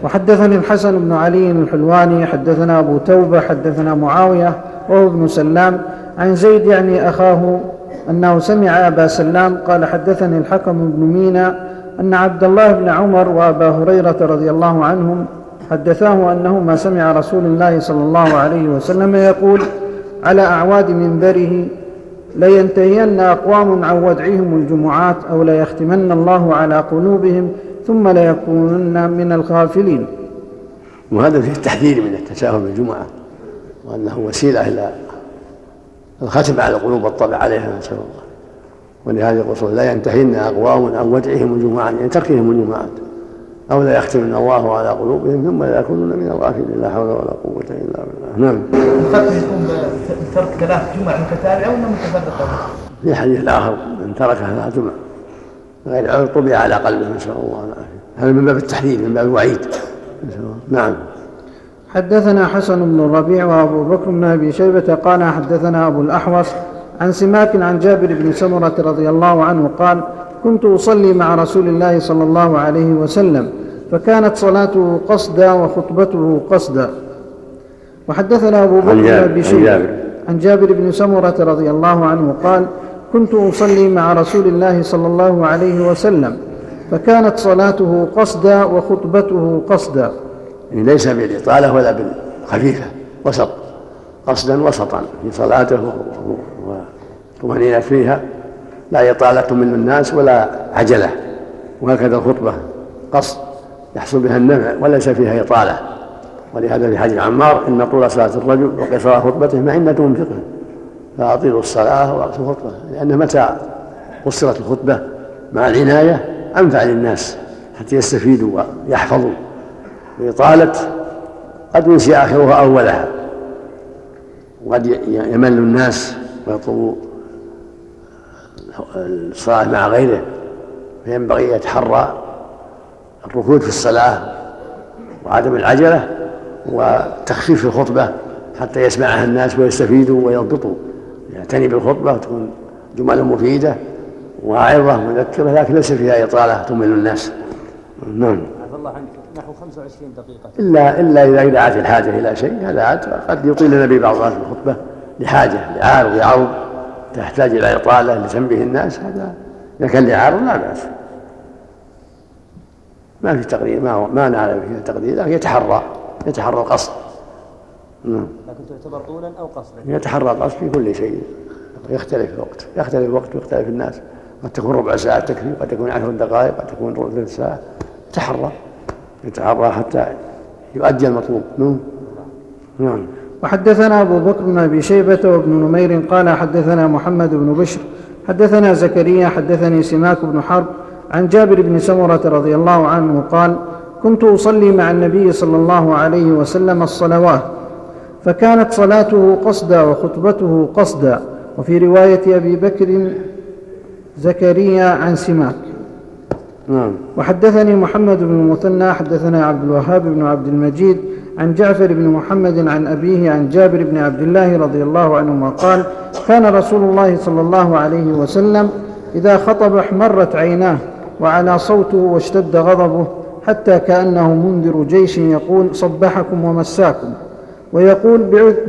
وحدثني الحسن بن علي الحلواني حدثنا أبو توبة حدثنا معاوية وهو ابن سلام عن زيد يعني أخاه أنه سمع أبا سلام قال حدثني الحكم بن مينا أن عبد الله بن عمر وأبا هريرة رضي الله عنهم حدثاه أنهما سمع رسول الله صلى الله عليه وسلم يقول على أعواد منبره لينتهين أقوام عن ودعهم الجمعات أو ليختمن الله على قلوبهم ثم ليكونن من الغافلين. وهذا فيه التحذير من التساهل بالجمعة وأنه وسيلة إلى الختم على القلوب والطبع عليها نسأل الله. ولهذا الرسول لا ينتهين أقوام عن ودعهم الجمعات يعني تركهم الجمعات أو لا يختمن الله على قلوبهم ثم لا يكونون من الغافلين لا حول ولا قوة إلا بالله. نعم. الفرق يكون ترك 3 جمع متتابعة ولا متفرقة؟ في الحديث الآخر من ترك 3 جمع غير عذر طبع على قلبه نسأل الله العافية. هذا من باب التحذير من باب الوعيد. نعم. حدثنا حسن بن الربيع وأبو بكر بن أبي شيبة قال حدثنا أبو الأحوص عن سماك عن جابر بن سمرة رضي الله عنه قال كنت أصلي مع رسول الله صلى الله عليه وسلم فكانت صلاته قصدا وخطبته قصدا. وحدثنا أبو بكر بن أبي شيبة عن جابر بن سمرة رضي الله عنه قال كنت أصلي مع رسول الله صلى الله عليه وسلم فكانت صلاته قصدا وخطبته قصدا يعني ليس بالإطالة ولا بالخفيفة وسط قصدا وسطا في صلاته وطمأنينة فيها لا إطالة من الناس ولا عجلة. وهكذا الخطبة قصد يحصل بها النفع وليس فيها إطالة. ولهذا في حديث عمار إن طول صلاة الرجل وقصر خطبته معنة من فقه فأطيلوا الصلاة وأقصروا الخطبة لأن متى قصرت الخطبة مع العناية أنفع للناس حتى يستفيدوا ويحفظوا. وإطالة قد ينسي آخرها أولها وقد يمل الناس ويطلبوا الصلاة مع غيره فينبغي يتحرى الركود في الصلاة وعدم العجلة وتخفيف الخطبة حتى يسمعها الناس ويستفيدوا ويضبطوا. يعتني بالخطبة وتكون جمل مفيدة وعظة مذكرة لكن ليس فيها إطالة تمل الناس. نعم. الله عنك نحو 25 دقيقة إلا إذا دعت الحاجة إلى شيء هذا عاد قد يطيل النبي بعض صلاة الخطبة لحاجة لعارض يعرض تحتاج إلى إطالة لتنبيه الناس هذا إذا كان لعارض لا بأس ما في تقدير ما نعلم فيه تقدير لكن يتحرى القصد. لكن تعتبر طولا أو قصدا يتحرى القصد في كل شيء يختلف الوقت ويختلف الناس قد تكون ربع ساعة تكفي قد تكون 10 دقائق قد تكون ربع ساعة يتحرى حتى يؤدي المطلوب. نعم. وحدثنا أبو بكر بن أبي شيبة وابن نمير قال حدثنا محمد بن بشر حدثنا زكريا حدثني سماك بن حرب عن جابر بن سمرة رضي الله عنه قال كنت أصلي مع النبي صلى الله عليه وسلم الصلوات فكانت صلاته قصدا وخطبته قصدا. وفي رواية أبي بكر زكريا عن سماك. وحدثني محمد بن المثنى حدثنا عبد الوهاب بن عبد المجيد عن جعفر بن محمد عن أبيه عن جابر بن عبد الله رضي الله عنهما قال كان رسول الله صلى الله عليه وسلم إذا خطب احمرت عيناه وعلى صوته واشتد غضبه حتى كأنه منذر جيش يقول صبحكم ومساكم ويقول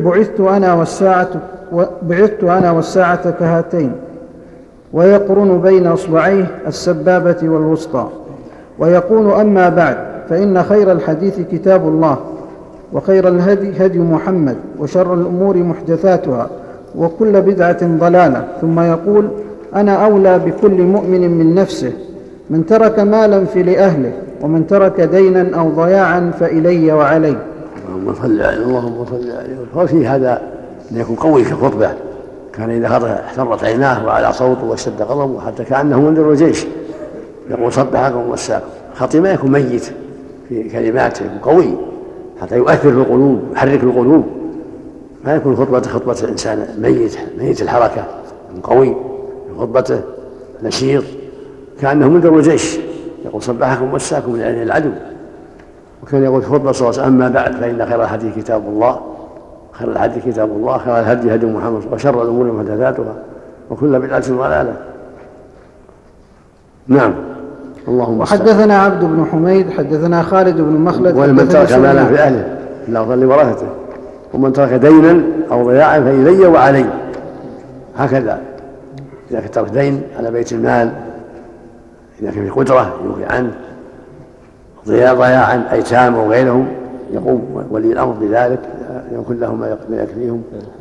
بعثت أنا والساعة كهاتين ويقرن بين أصبعيه السبابة والوسطى ويقول أما بعد فإن خير الحديث كتاب الله وخير الهدي هدي محمد وشر الأمور محدثاتها وكل بدعة ضلالة ثم يقول أنا أولى بكل مؤمن من نفسه من ترك مالا فلأهله ومن ترك دينا أو ضياعا فإلي وعلي. اللهم صل عليه. وفي هذا أن يكون قوي في الخطبة كان إذا احترت عيناه وعلى صوته واشتد غضبه حتى كأنه منذر الجيش يقول صبحكم ومساكم. خطيب ما يكون ميت في كلماته قوي حتى يؤثر في القلوب يحرك القلوب ما يكون خطبة إنسان ميت الحركة قوي في خطبته نشيط كأنه منذر الجيش يقول صبحكم ومساكم من عين العدو. وكان يقول في خطبة صلى الله عليه وسلم أما بعد فإن خير الحديث كتاب الله خير الحديث كتاب الله خير الهدي هدي محمد وشر الأمور محدثاتها وكل بدعة ضلالة. نعم. اللهم وحدثنا عبد بن حميد حدثنا خالد بن مخلد ومن ترك مالا في أهله الأفضل لورثته، ومن ترك دينا أو ضياعا فإلي وعلي، هكذا. إذا ترك دين على بيت المال، إذا كان في قدرة يوفي عنه، ضياعا أيتام أو غيرهم يقوم ولي الأمر بذلك يكون لهم ما يكفيهم،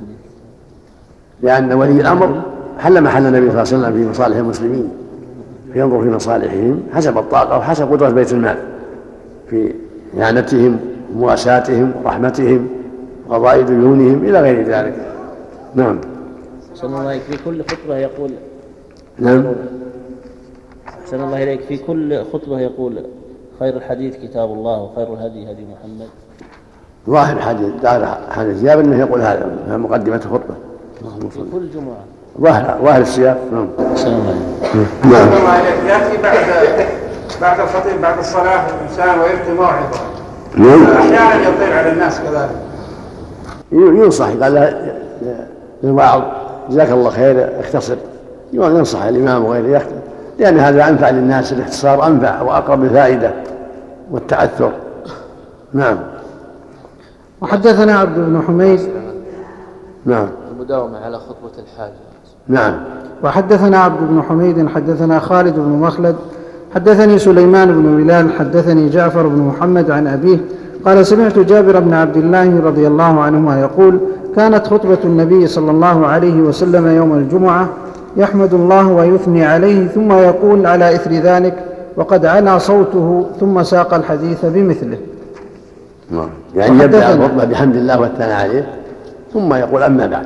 لأن ولي الأمر حل محل النبي صلى الله عليه وسلم في مصالح المسلمين، ينظر في مصالحهم حسب الطاقة وحسب قدرة بيت المال في إعانتهم ومواساتهم ورحمتهم وقضاء ديونهم إلى غير ذلك. نعم. أحسن الله إليك في كل خطبة يقول نعم. أحسن الله إليك في كل خطبة يقول خير الحديث كتاب الله وخير الهدي هدي محمد. ظاهر حديث جابر أنه يقول هذا في مقدمة الخطبة في كل جمعة ظاهر السياق. نعم. أحسن الله إليك. نعم. يأتي بعد الخطيب بعد الصلاة الإنسان ويلقي موعظة، أحيانا يطير على الناس كذلك. ينصح قال للواعظ جزاك الله خير اختصر، ينصح الإمام وغيره يختصر، لأن هذا أنفع للناس، الاختصار أنفع وأقرب الفائدة والتأثر. نعم. وحدثنا عبد بن حميد. نعم. المداومة على خطبة الحاجة. نعم. وحدثنا عبد بن حميد حدثنا خالد بن مخلد حدثني سليمان بن بلال حدثني جعفر بن محمد عن أبيه قال سمعت جابر بن عبد الله رضي الله عنهما يقول كانت خطبة النبي صلى الله عليه وسلم يوم الجمعة يحمد الله ويثني عليه ثم يقول على إثر ذلك وقد علا صوته ثم ساق الحديث بمثله. يعني يبدأ الخطبة بحمد الله والثناء عليه ثم يقول أما بعد،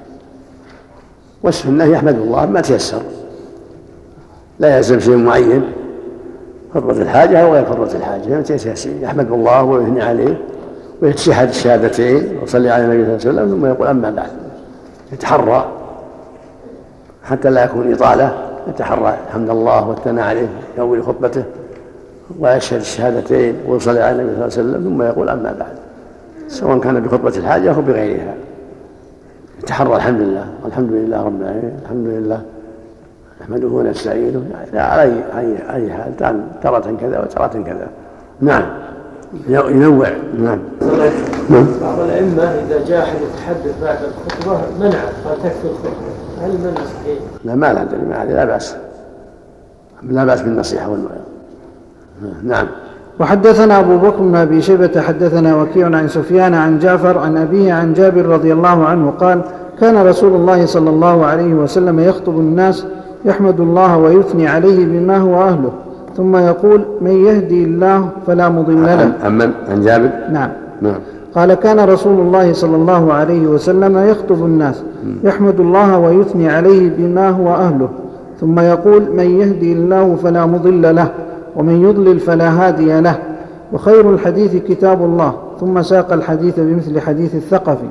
والسنة يحمد الله ما تيسر، لا يلزم شيء معين، خطبة الحاجة أو غير خطبة الحاجة يحمد الله ويثني عليه ويتشهد الشهادتين ويصلي على النبي صلى الله عليه وسلم ثم يقول أما بعد، يتحرى حتى لا يكون إطالة، يتحرى حمد الله والثناء عليه في أول خطبته ويشهد الشهادتين ويصلي على النبي صلى الله عليه وسلم ثم يقول أما بعد، سواء كان بخطبة الحاجة أو بغيرها. يتحرى الحمد لله والحمد لله رب العالمين الحمد لله نحمده ونستعينه على أي حال، ترة كذا وترة كذا. نعم. ينوع. نعم. بعض الأئمة إذا جاء أحد يتحدث بعد الخطبة منع فتكفي الخطبة، هل المنع صحيح؟ لا ما أدري، ما لا بأس، لا بأس بالنصيحة والموعظة. نعم. وحدثنا أبو بكر بن أبي شيبة حدثنا وكيع عن سفيان عن جعفر عن أبيه عن جابر رضي الله عنه قال كان رسول الله صلى الله عليه وسلم يخطب الناس يحمد الله ويثني عليه بما هو أهله ثم يقول من يهدي الله فلا مضل له. عن جابر. نعم. قال كان رسول الله صلى الله عليه وسلم يخطب الناس يحمد الله ويثني عليه بما هو أهله ثم يقول من يهدي الله فلا مضل له ومن يضلل فلا هادي له وخير الحديث كتاب الله ثم ساق الحديث بمثل حديث الثقفي.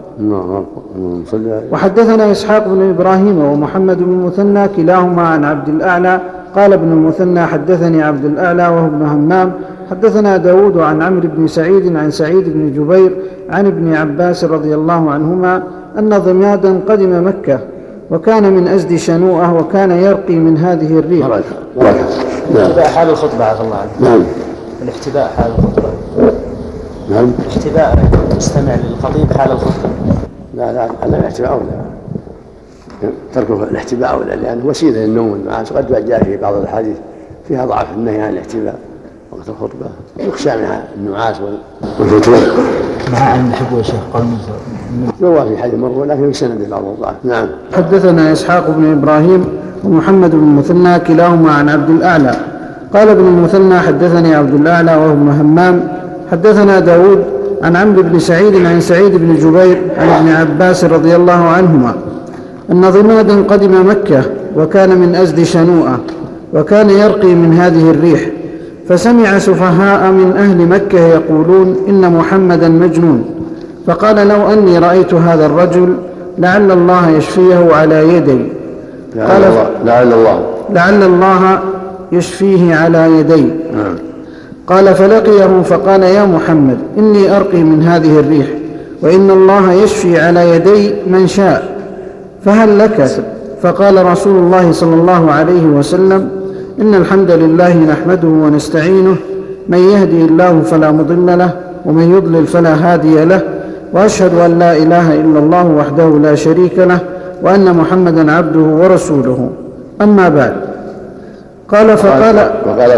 وحدثنا إسحاق بن إبراهيم ومحمد بن المثنى كلاهما عن عبد الأعلى قال ابن المثنى حدثني عبد الأعلى وهو ابن همام حدثنا داود عن عمرو بن سعيد عن سعيد بن جبير عن ابن عباس رضي الله عنهما أن ضمادا قدم مكة وكان من أزد شنوءة وكان يرقي من هذه الريح. الاحتباء حال الخطبة عفى الله عنه. نعم. الاحتباء حال الخطبة. نعم. الاحتباء تستمع للخطيب حال الخطبة. لا الاحتباء أولى، تركه الاحتباء أولى لأنه وسيلة للنوم والنعاس، قد جاء في بعض الأحاديث فيها ضعف النهي عن الاحتباء وقت الخطبة، يخشى منها النعاس والفتور. مع أن نحبه يا شيخ قال روى في حديث مرة لكن في سند بعض الضعف. نعم. حدثنا إسحاق بن إبراهيم ومحمد بن المثنى كلاهما عن عبد الأعلى قال ابن المثنى حدثني عبد الأعلى وهو ابن همام حدثنا داود عن عمرو بن سعيد عن سعيد بن جبير عن ابن عباس رضي الله عنهما أن ضمادا قدم مكة وكان من أزد شنوءة وكان يرقي من هذه الريح فسمع سفهاء من أهل مكة يقولون إن محمدا مجنون فقال لو أني رأيت هذا الرجل لعل الله يشفيه على يدي. لعل الله يشفيه على يدي. قال فلقيه فقال يا محمد إني أرقي من هذه الريح وإن الله يشفي على يدي من شاء فهل لك؟ فقال رسول الله صلى الله عليه وسلم إن الحمد لله نحمده ونستعينه، من يهدي الله فلا مضل له ومن يضلل فلا هادي له، وأشهد أن لا إله إلا الله وحده لا شريك له، وأن محمدا عبده ورسوله. أما بعد، قال فقال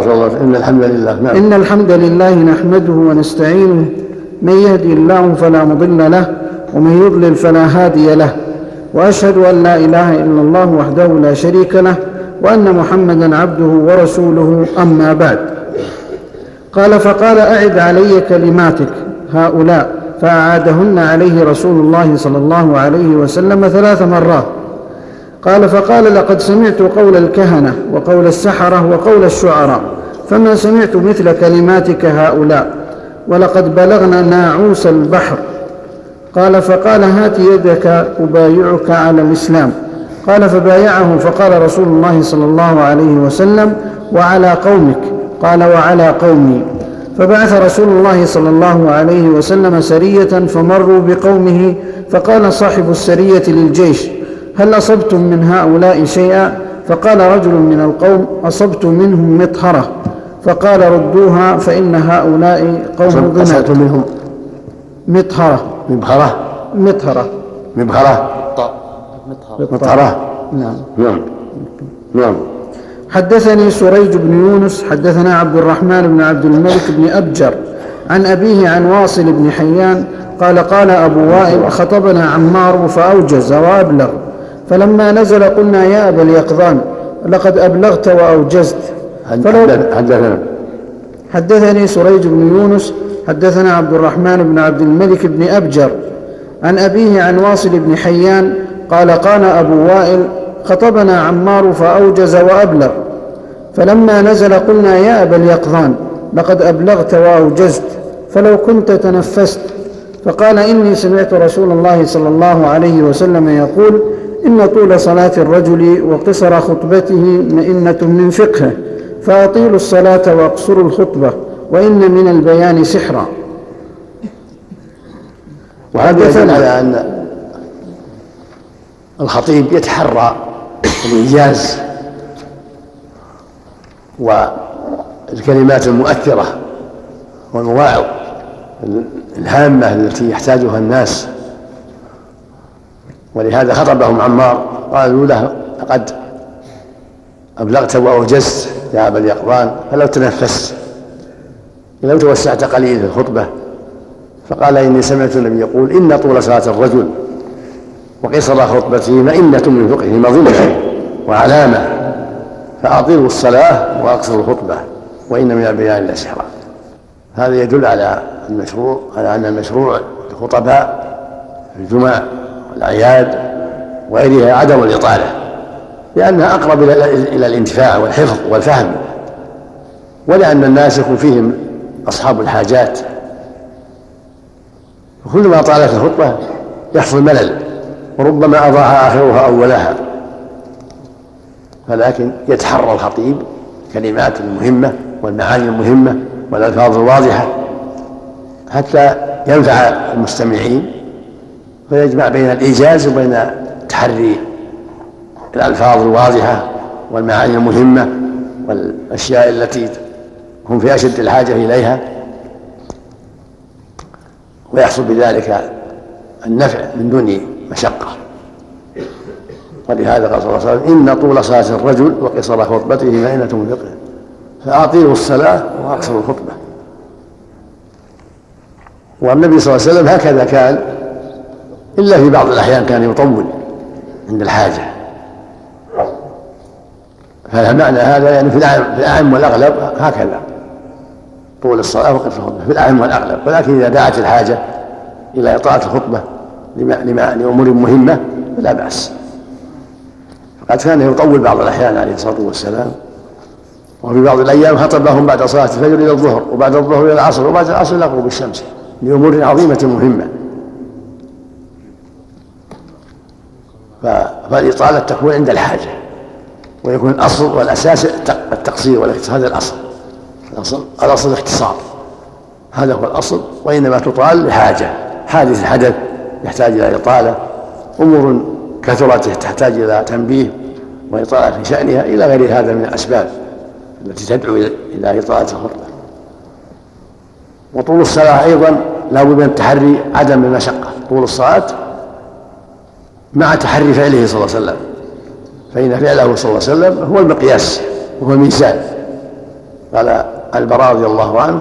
إن الحمد لله نحمده ونستعينه، من يهدي الله فلا مضل له ومن يضلل فلا هادي له، وأشهد أن لا إله إلا الله وحده لا شريك له، وأن محمدا عبده ورسوله. أما بعد، قال فقال أعد علي كلماتك هؤلاء، فأعادهن عليه رسول الله صلى الله عليه وسلم 3 مرات. قال فقال لقد سمعت قول الكهنة وقول السحرة وقول الشعراء، فما سمعت مثل كلماتك هؤلاء، ولقد بلغنا ناعوس البحر. قال فقال هات يدك أبايعك على الإسلام. قال فبايعه، فقال رسول الله صلى الله عليه وسلم وعلى قومك؟ قال وعلى قومي. فبعث رسول الله صلى الله عليه وسلم سرية فمروا بقومه، فقال صاحب السرية للجيش هل أصبتم من هؤلاء شيئا؟ فقال رجل من القوم أصبت منهم مطهرة. فقال ردوها فإن هؤلاء قوم ضناد. أصبت منهم مطهرة. نعم. حدثني سريج بن يونس حدثنا عبد الرحمن بن عبد الملك بن أبجر عن أبيه عن واصل بن حيان قال قال أبو وائل خطبنا عمار فأوجز وأبلغ، فلما نزل قلنا يا أبا اليقظان لقد أبلغت وأوجزت. حدثني سريج بن يونس حدثنا عبد الرحمن بن عبد الملك بن أبجر عن أبيه عن واصل بن حيان قال قال أبو وائل خطبنا عمار فأوجز وأبلغ، فلما نزل قلنا يا أبا اليقظان لقد أبلغت وأوجزت، فلو كنت تنفست. فقال إني سمعت رسول الله صلى الله عليه وسلم يقول إن طول صلاة الرجل وقصر خطبته مئنة من فقهه، فأطيلوا الصلاة وأقصروا الخطبة، وإن من البيان سحرا. وهذا يدل على أن الخطيب يتحرى الإنجاز والكلمات المؤثرة والمواعظ الهامة التي يحتاجها الناس، ولهذا خطبهم عمار قالوا له لقد أبلغت وأوجزت يا أبا اليقظان، فلو تنفست لو توسعت قليل في الخطبة. فقال إني سمعت النبي يقول إن طول صلاة الرجل وقصر خطبته مئنة من فقهه مظنة وعلامة، فأطيلوا الصلاة وأقصروا الخطبة، وإن من البيان لسحرا. هذا يدل على أن المشروع الخطباء في الجمع والأعياد وغيرها عدم الإطالة، لأنها أقرب إلى الانتفاع والحفظ والفهم، ولأن الناس يكون فيهم أصحاب الحاجات، وكلما طالت الخطبة يحصل ملل، وربما أضاع آخرها أولها. فلكن يتحرى الخطيب الكلمات المهمة والمعاني المهمة والألفاظ الواضحة حتى ينفع المستمعين، فيجمع بين الإيجاز وبين تحري الألفاظ الواضحة والمعاني المهمة والأشياء التي هم في أشد الحاجة إليها، ويحصل بذلك النفع من دون مشقة. ولهذا قال صلى الله عليه وسلم إن طول صلاة الرجل وقصر خطبته مئنة من فقهه، فأطيلوا الصلاة وأقصروا الخطبة. والنبي صلى الله عليه وسلم هكذا كان، إلا في بعض الأحيان كان يطول عند الحاجة. فمعنى هذا يعني في الأعم والأغلب هكذا طول الصلاة وقصر الخطبة في الأعم والأغلب، ولكن إذا دعت الحاجة إلى إطالة الخطبة لأمور مهمة فلا بأس. فقد كان يطول بعض الأحيان عليه الصلاة والسلام، وفي بعض الأيام خطبهم بعد صلاة الفجر إلى الظهر، وبعد الظهر إلى العصر، وبعد العصر إلى غروب الشمس، لأمور عظيمة مهمة. فالإطالة تكون عند الحاجة، ويكون الأصل والأساس التقصير والاختصار. هذا الأصل الاختصار، هذا هو الأصل، وإنما تطال لحاجة، حدث يحتاج إلى إطالة، أمور كثرت تحتاج إلى تنبيه وإطالة في شأنها، إلى غير هذا من الأسباب التي تدعو إلى إطالة الخطبة. وطول الصلاة أيضا لا بد من التحري عدم المشقة، طول الصلاة مع تحري فعله صلى الله عليه وسلم، فإن فعله صلى الله عليه وسلم هو المقياس وهو الميزان. قال البراء رضي الله عنه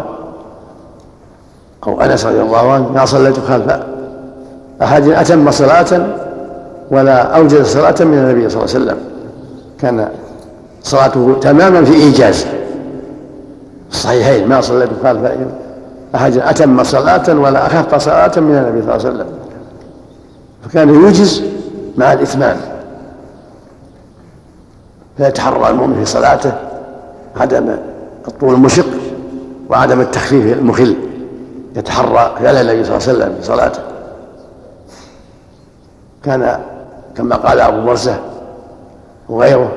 أو أنس رضي الله عنه: ما صليت خلف أحد أتم صلاة ولا أوجد صلاة من النبي صلى الله عليه وسلم. كان صلاته تماما في إيجاز، الصحيحين: ما صليت خلف أحد أتم صلاة ولا أخف صلاة من النبي صلى الله عليه وسلم. فكان يوجز مع الإتمام، فيتحرى المؤمن في صلاته عدم الطول المشق وعدم التخفيف المخل، يتحرى فعل النبي صلى الله عليه وسلم في صلاته. كان كما قال أبو برزة وغيره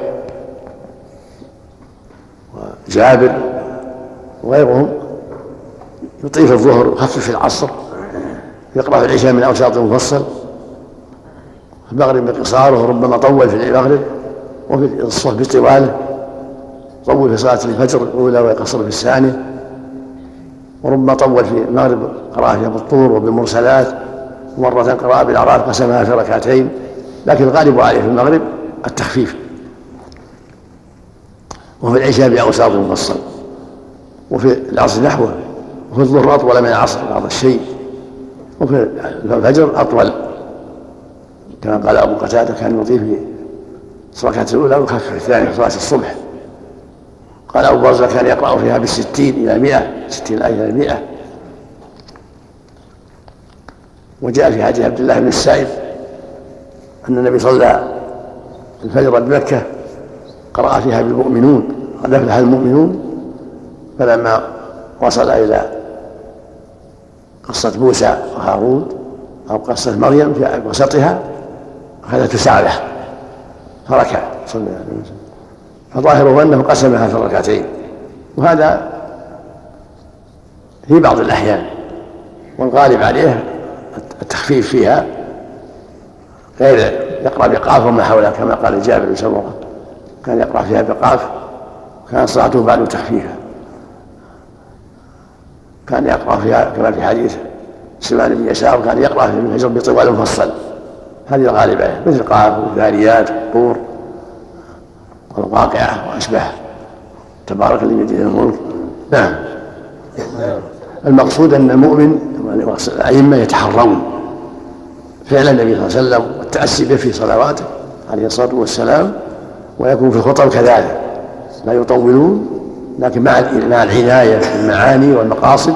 وجابر وغيرهم يطيل في الظهر ويخفف في العصر، يقرأ في العشاء من أوساط مفصل، في المغرب بقصاره، وربما طول في المغرب، وفي الصبح بطواله، طول في صلاة الفجر الأولى ويقصر في الثانية، وربما طول في المغرب قرأ فيها بالطور وبالمرسلات، ومرة قرأ بالأعراف قسمها في ركعتين، لكن الغالب عليه في المغرب التخفيف، وفي العشاء بأوساط مفصل، وفي العصر نحوه، وفي الظهر أطول من العصر بعض الشيء، وفي الفجر أطول، كما قال أبو قتادة: كان يطيل في الركعة الأولى ويخفف في الثانية في صلاة الصبح. قال أبو برزة: كان يقرأ فيها ب60 إلى 100، 60 آية إلى 100. وجاء في حديث عبد الله بن السائب أن النبي صلى الفجر بمكة قرأ فيها بالمؤمنون: قد أفلح المؤمنون. فلما وصل إلى قصة موسى وهارون أو قصة مريم في وسطها أخذت سعده فركع صلى الله عليه وسلم، فظاهره أنه قسمها في الركعتين، وهذا في بعض الأحيان، والغالب عليه التخفيف فيها، غير يقرأ بقاف وما حولها كما قال جابر بن سمرة، كان يقرأ فيها بقاف، كان صلاته بعد تخفيفها. كان يقرأ فيها كما في حديث سليمان بن يسار، كان يقرأ في الفجر بطوال مفصل، هذه الغالب عليه، مثل قاف والذاريات والطور والواقعة وأشباه، تبارك الذي بيده الملك. نعم. المقصود أن المؤمن الأئمة يتحرون فعل النبي صلى الله عليه وسلم والتأسي به في صلواته عليه الصلاة والسلام، ويكون في الخطب كذلك، لا يطولون، لكن مع العناية بالمعاني والمقاصد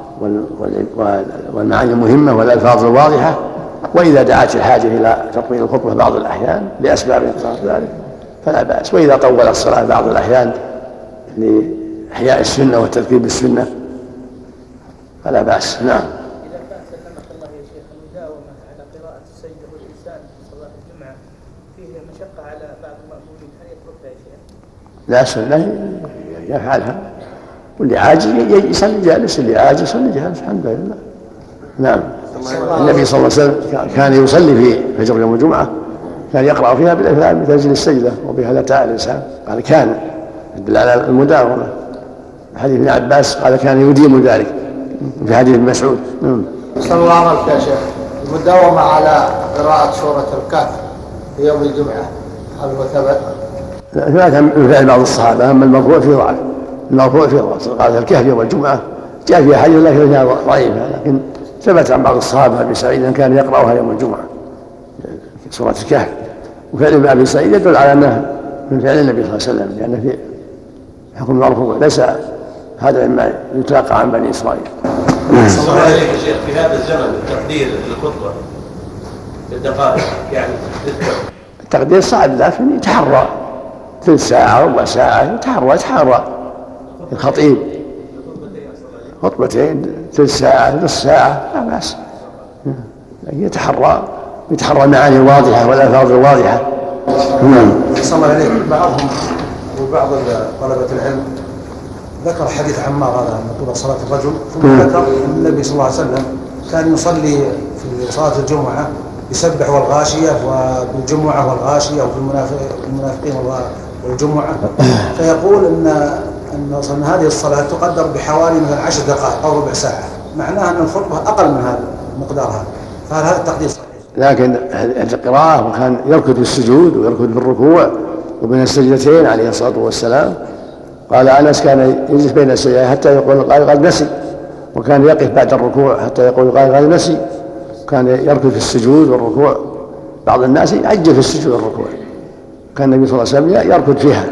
والمعاني المهمة والألفاظ الواضحة. وإذا دعت الحاجة إلى تطويل الخطبة بعض الأحيان لأسباب ذلك فلا بأس، وإذا طول الصلاة بعض الأحيان لإحياء السنة والتذكير بالسنة فلا بأس. نعم. إذا كان سلمك الله يا شيخ المداومة على قراءة السجدة والإنسان في صلاة الجمعة فيه مشقة على بعض المأمومين، هل يتركها يا شيخ؟ لا سنة يفعلها، واللي عاجز يصلي جالس، اللي عاجز يصلي جالس، الحمد لله. نعم. النبي صلى الله عليه وسلم كان يصلي في فجر يوم الجمعة، كان يقرأ فيها بالإفلام بتنزيل السجدة وبها لتاء الإنسان، قال كان يدل على المداومة. حديث ابن عباس قال كان يديم ذلك، في حديث ابن مسعود. صلى الله عليه يا شيخ، المداومة على قراءة سورة الكهف في يوم الجمعة هل هو ثبت؟ ثبت من فعل بعض الصحابة، أما المرفوع في ضعف. المرفوع في ضعف، قال الكهف يوم الجمعة جاء فيها حديث لكنها ضعيفة، لكن ثبت عن بعض الصحابة أبي سعيد أن كان يقرأها يوم الجمعة سورة الكهف. وفعل أبي سعيد يدل على أنه من فعل النبي صلى الله عليه وسلم، لأن في حكم المرفوع ليس هذا مما يتلقى عن بني إسرائيل. صلى الله عليه يا شيخ، في هذا الزمن التقدير للخطبة بالدقائق يعني التقدير صعب، لكن يتحرى ثلث ساعة ربع ساعة، يتحرى الخطيب خطبتين ثلث ساعة نصف ساعة لا بأس، يتحرى المعاني الواضحة والألفاظ الواضحة. صلى الله عليه بعضهم وبعض طلبة العلم ذكر حديث عمار هذا أن طول صلاة الرجل، ثم ذكر أن النبي صلى الله عليه وسلم كان يصلي في صلاة الجمعة يسبح والغاشية، وبالجمعة والغاشية، وفي المنافقين والجمعة، فيقول أن أن مثلا هذه الصلاة تقدر بحوالي مثلا 10 دقائق أو ربع ساعة، معناها أن الخطبة أقل من هذا المقدار هذا، فهل هذا التقدير صحيح؟ لكن القراءة وكان يركض في السجود ويركض في الركوع وبين السجدتين عليه الصلاة والسلام. قال أنس كان يجلس بين السجدتين حتى يقول القائل قد نسي، وكان يقف بعد الركوع حتى يقول القائل قد نسي. كان يركض في السجود والركوع، بعض الناس يعجل في السجود والركوع، كان النبي صلى الله عليه وسلم يركض فيها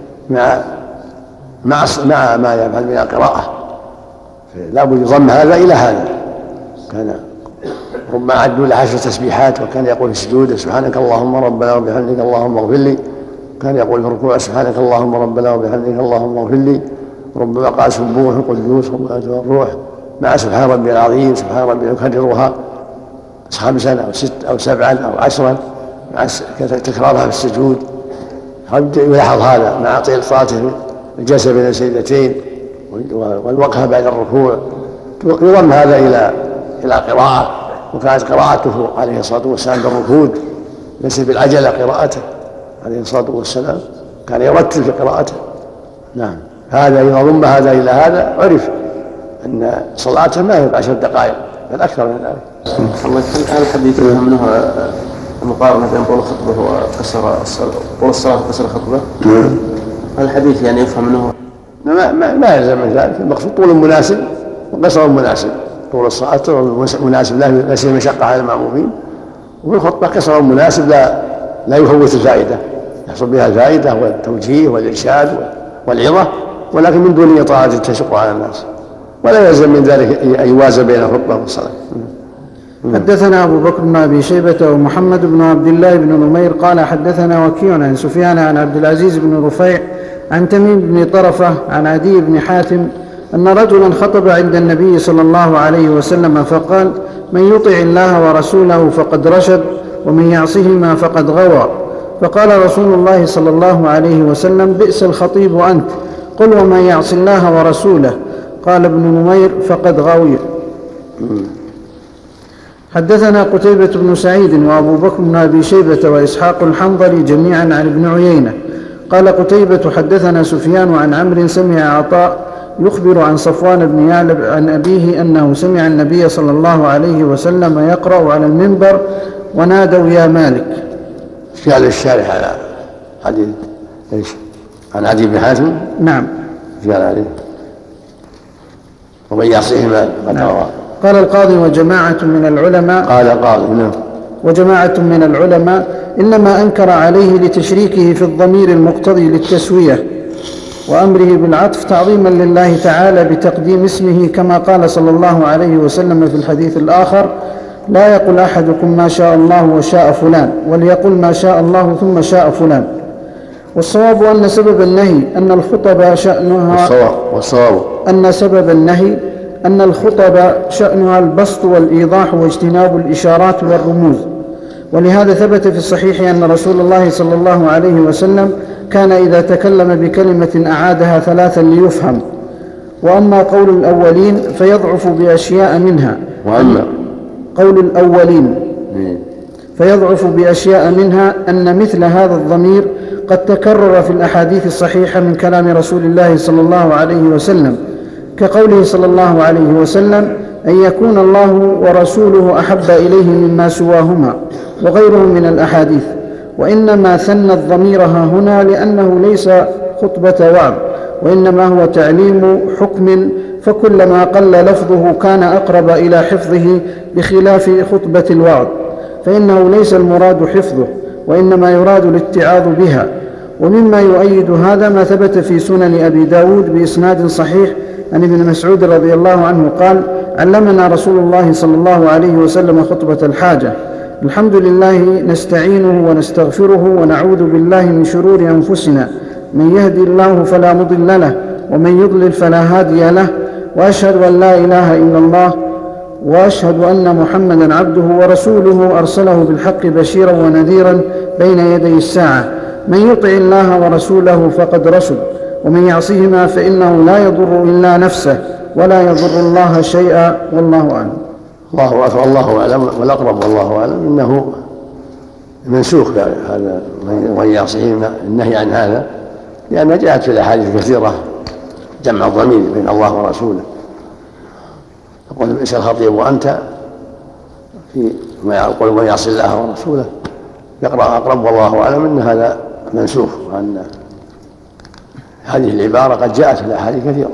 مع ما يفعل من القراءة، لا بد يضم هذا إلى هذا. كان ربما عدوا له 10 تسبيحات، وكان يقول في السجود سبحانك اللهم ربنا وبحمدك اللهم اغفر لي، كان يقول في الركوع سبحانك اللهم ربنا وبحمدك اللهم اغفر لي، ربما قال سبوح قدوس رب الروح مع سبحان ربي العظيم سبحان ربي يكررها 5 أو 6 أو 7 أو 10 مع تكرارها في السجود. يلاحظ هذا مع طيل صلاته الجلسة بين السجدتين والوقفة بعد الركوع، يضم هذا إلى قراءة. وكانت قراءته عليه الصلاة والسلام بالركود، ليس بالعجلة قراءته عليه الصلاة والسلام، كان يرتل في قراءته. نعم، هذا إذا ضم هذا إلى هذا عرف أن صلاته ما هي 10 دقائق بل أكثر من ذلك. الله هذا الحديث منه المقارنة بين طول الخطبة وقصر طول الصلاة وقصر الخطبة. هذا الحديث يعني يفهم منه ما يلزم من ذلك، المقصود طول مناسب وقصر مناسب. طول الصلاة مناسب لا يصير مشقة على المأمومين، وفي الخطبة قصر مناسب لا يفوت الفائدة، يحصل بها الفائدة والتوجيه والإرشاد والعظة، ولكن من دون إطالة تشق على الناس، ولا يلزم من ذلك أن يوازن بين الخطبة والصلاة. حدثنا أبو بكر بن أبي شيبة ومحمد بن عبد الله بن نمير قال حدثنا وكيع عن سفيان عن عبد العزيز بن رفيع عن تميم بن طرفة عن عدي بن حاتم أن رجلا خطب عند النبي صلى الله عليه وسلم فقال: من يطع الله ورسوله فقد رشد، ومن يعصهما فقد غوى. فقال رسول الله صلى الله عليه وسلم: بئس الخطيب أنت، قل ومن يعص الله ورسوله. قال ابن نمير: فقد غوي. حدثنا قتيبة بن سعيد وأبو بكر بن أبي شيبة وإسحاق الحنظلي جميعا عن ابن عيينة. قال قتيبة: حدثنا سفيان عن عمرو سمع عطاء يخبر عن صفوان بن يعلب عن أبيه أنه سمع النبي صلى الله عليه وسلم يقرأ على المنبر: ونادوا يا مالك. قال الشارح على حديث ايش؟ عن عدي بن حاتم. نعم. قال عليه ومن يعصيهما فقد غوى. قال القاضي: وجماعة من العلماء. قال القاضي: نعم. وجماعة من العلماء إنما أنكر عليه لتشريكه في الضمير المقتضي للتسوية وأمره بالعطف تعظيما لله تعالى بتقديم اسمه، كما قال صلى الله عليه وسلم في الحديث الآخر: لا يقل أحدكم ما شاء الله وشاء فلان، وليقل ما شاء الله ثم شاء فلان. والصواب أن سبب النهي أن الخطب شأنها أن سبب النهي أن الخطب شأنها البسط والإيضاح واجتناب الإشارات والرموز. ولهذا ثبت في الصحيح أن رسول الله صلى الله عليه وسلم كان إذا تكلم بكلمة أعادها 3 ليفهم. وأما قول الأولين فيضعف بأشياء منها. وأما قول الأولين فيضعف بأشياء منها أن مثل هذا الضمير قد تكرر في الأحاديث الصحيحة من كلام رسول الله صلى الله عليه وسلم، كقوله صلى الله عليه وسلم: أن يكون الله ورسوله أحب إليه مما سواهما، وغيره من الأحاديث. وإنما ثنى الضمير هنا لأنه ليس خطبة وعظ، وإنما هو تعليم حكم، فكلما قل لفظه كان أقرب إلى حفظه بخلاف خطبة الوعظ، فإنه ليس المراد حفظه، وإنما يراد الاتعاظ بها. ومما يؤيد هذا ما ثبت في سنن أبي داود بإسناد صحيح عن ابن مسعود رضي الله عنه قال: علمنا رسول الله صلى الله عليه وسلم خطبة الحاجة: الحمد لله نستعينه ونستغفره ونعوذ بالله من شرور أنفسنا، من يهدي الله فلا مضل له، ومن يضلل فلا هادي له، وأشهد أن لا إله إلا الله، وأشهد أن محمدا عبده ورسوله أرسله بالحق بشيرا ونذيرا بين يدي الساعة. من يطع الله ورسوله فقد رشد، ومن يعصهما فإنه لا يضر إلا نفسه ولا يضر الله شيئا، والله أعلم. الله أكبر، الله أعلم، والأقرب والله أعلم إنه منسوخ هذا ومن يعصهما، النهي عن هذا، لأنها جاءت في الأحاديث كثيرة جمع الضمير بين الله ورسوله. يقول بئس الخطيب أنت في ما يقول من يعصي الله ورسوله يقرأ أقرب والله أعلم أن هذا منسوخ، وأن هذه العبارة قد جاءت في الأحاديث كثيرة.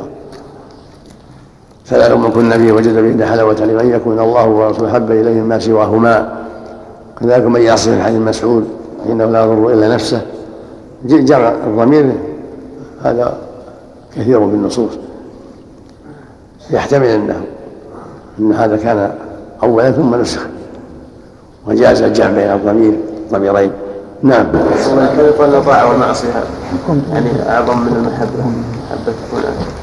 فلا من كن فيه وجد به حلاوة لمن يكون الله ورسوله حب إليه ما سواهما. كذلك من يعصي في الحديث المسعود إنه لا يضر إلا نفسه. جمع الضمير هذا كثير في النصوص، يحتمل أن هذا كان أولا ثم نسخ، وجاز الجمع بين الضميرين. نعم. هل يقول الطاعة والمعصية يعني أعظم من المحبة؟ محبة تكون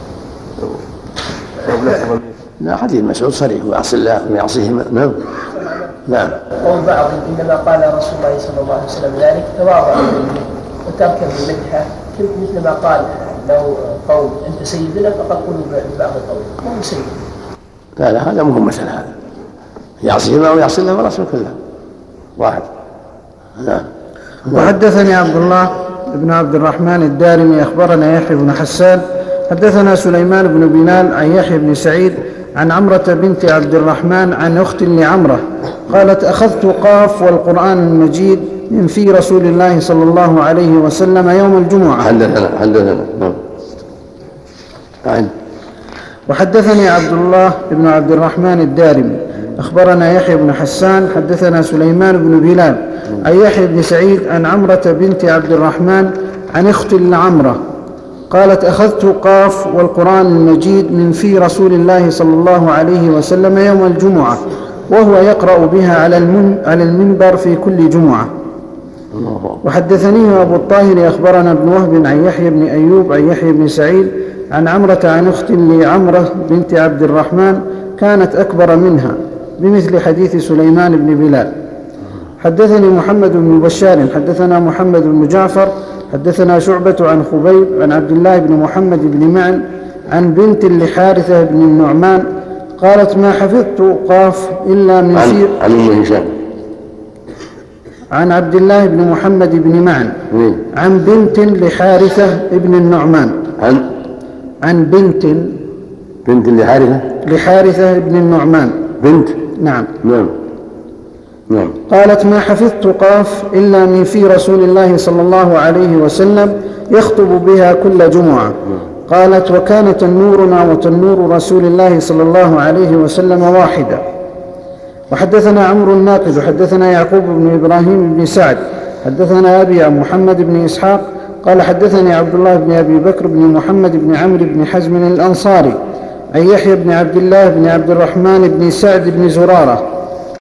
لا، حديث مسعود صريح ويعصي الله ويعصيه. نعم. نعم. قول بعض إنما قال رسول الله صلى الله عليه وسلم ذلك تواضع وتركا للمدحة، مثل ما قال لو قول أنت سيدنا فقد قلوا ببعض القول ما هو سيد. لا هذا مهم مثل هذا، يعصيهما ويعصي الله ورسوله كله واحد. نعم. وحدثني عبد الله بن عبد الرحمن الدارمي أخبرنا يحيى بن حسان حدثنا سليمان بن بلال عن يحيى بن سعيد عن عمرة بنت عبد الرحمن عن أخت لعمرة قالت أخذت قاف والقرآن المجيد من في رسول الله صلى الله عليه وسلم يوم الجمعة. حدثنا. وحدثني عبد الله بن عبد الرحمن الدارمي أخبرنا يحيى بن حسان حدثنا سليمان بن بلال عن يحيى بن سعيد عن عمرة بنت عبد الرحمن عن أخت لعمرة قالت أخذت قاف والقرآن المجيد من في رسول الله صلى الله عليه وسلم يوم الجمعة وهو يقرأ بها على المنبر في كل جمعة. وحدثني أبو الطاهر أخبرنا ابن وهب عن يحيى بن أيوب عن يحيى بن سعيد عن عمرة عن أخت لعمرة بنت عبد الرحمن كانت أكبر منها بمثل حديث سليمان بن بلال. حدثني محمد بن بشار حدثنا محمد بن جعفر حدثنا شعبة عن خبيب عن عبد الله بن محمد بن معن عن بنت لحارثة بن النعمان قالت ما حفظت قاف إلا من في عن عبد الله بن محمد بن معن عن بنت لحارثة بن النعمان عن بنت لحارثة بن النعمان بنت. نعم. قالت ما حفظت قاف إلا من في رسول الله صلى الله عليه وسلم يخطب بها كل جمعة. قالت وكان تنورنا وتنور رسول الله صلى الله عليه وسلم واحدة. وحدثنا عمرو الناقد حدثنا يعقوب بن إبراهيم بن سعد حدثنا أبي محمد بن إسحاق قال حدثني عبد الله بن أبي بكر بن محمد بن عمرو بن حزم الأنصاري عن يحيى بن عبد الله بن عبد الرحمن بن سعد بن زرارة